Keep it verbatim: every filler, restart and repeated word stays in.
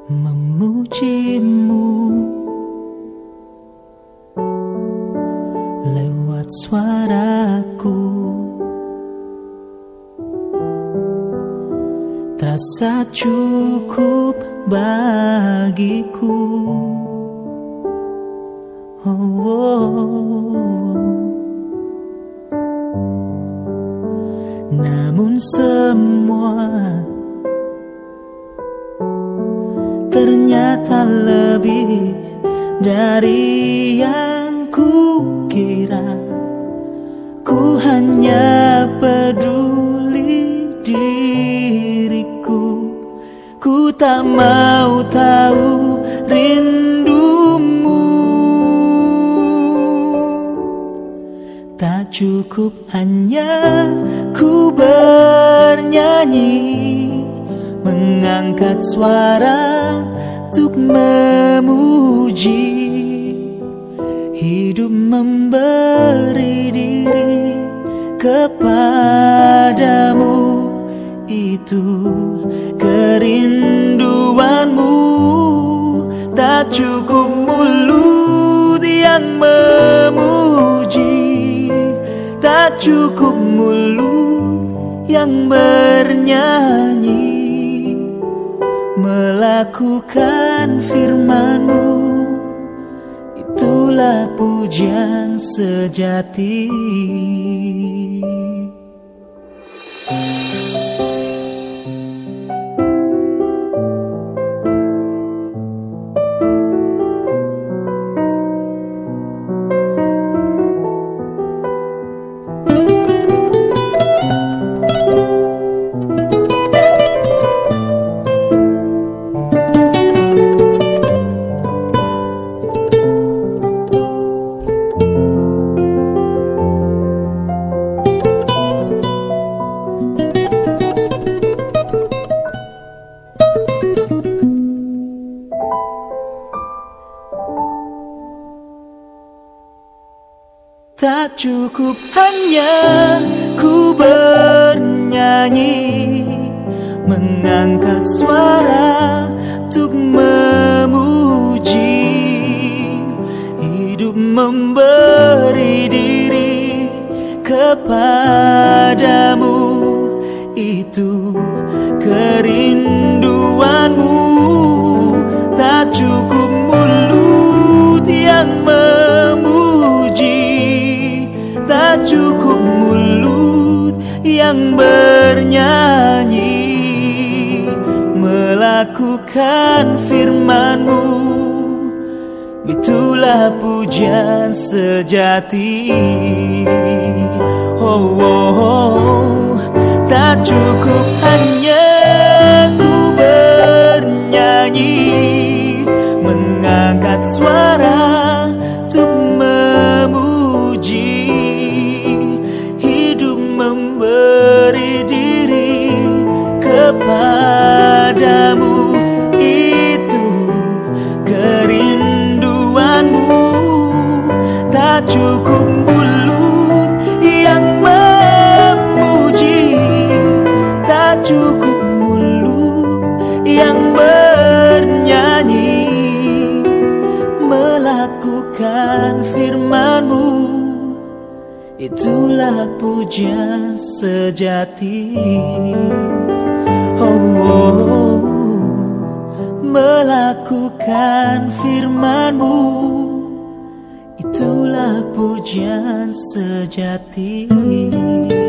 memujimu lewat suaraku, terasa cukup bagiku. Oh, oh. Namun semua ternyata lebih dari yang kukira. Ku hanya peduli diriku, ku tak mau tahu rindumu. Tak cukup hanya ku bernyanyi, mengangkat suara untuk memuji. Hidup memberi diri kepadamu, itu kerinduanmu. Tak cukup mulut yang memuji, tak cukup mulut yang bernyanyi, melakukan firman-Mu, itulah pujian sejati. Tak cukup hanya ku bernyanyi, mengangkat suara untuk memuji. Hidup memberi diri kepadamu, itu kerinduanmu. Tak cukup mulut yang memuji, tak cukup mulut yang bernyanyi, melakukan firman-Mu, itulah pujian sejati. Oh, oh, oh. Tak cukup hanya ku bernyanyi, mengangkat suara untuk memuji. Hidup memberi diri kepadamu, itu kerinduanmu. Tak cukup mulut yang memuji, tak cukup mulut yang bernyanyi, melakukan firman-Mu, itulah pujian sejati. Oh, oh. Melakukan firman-Mu, itulah pujian sejati.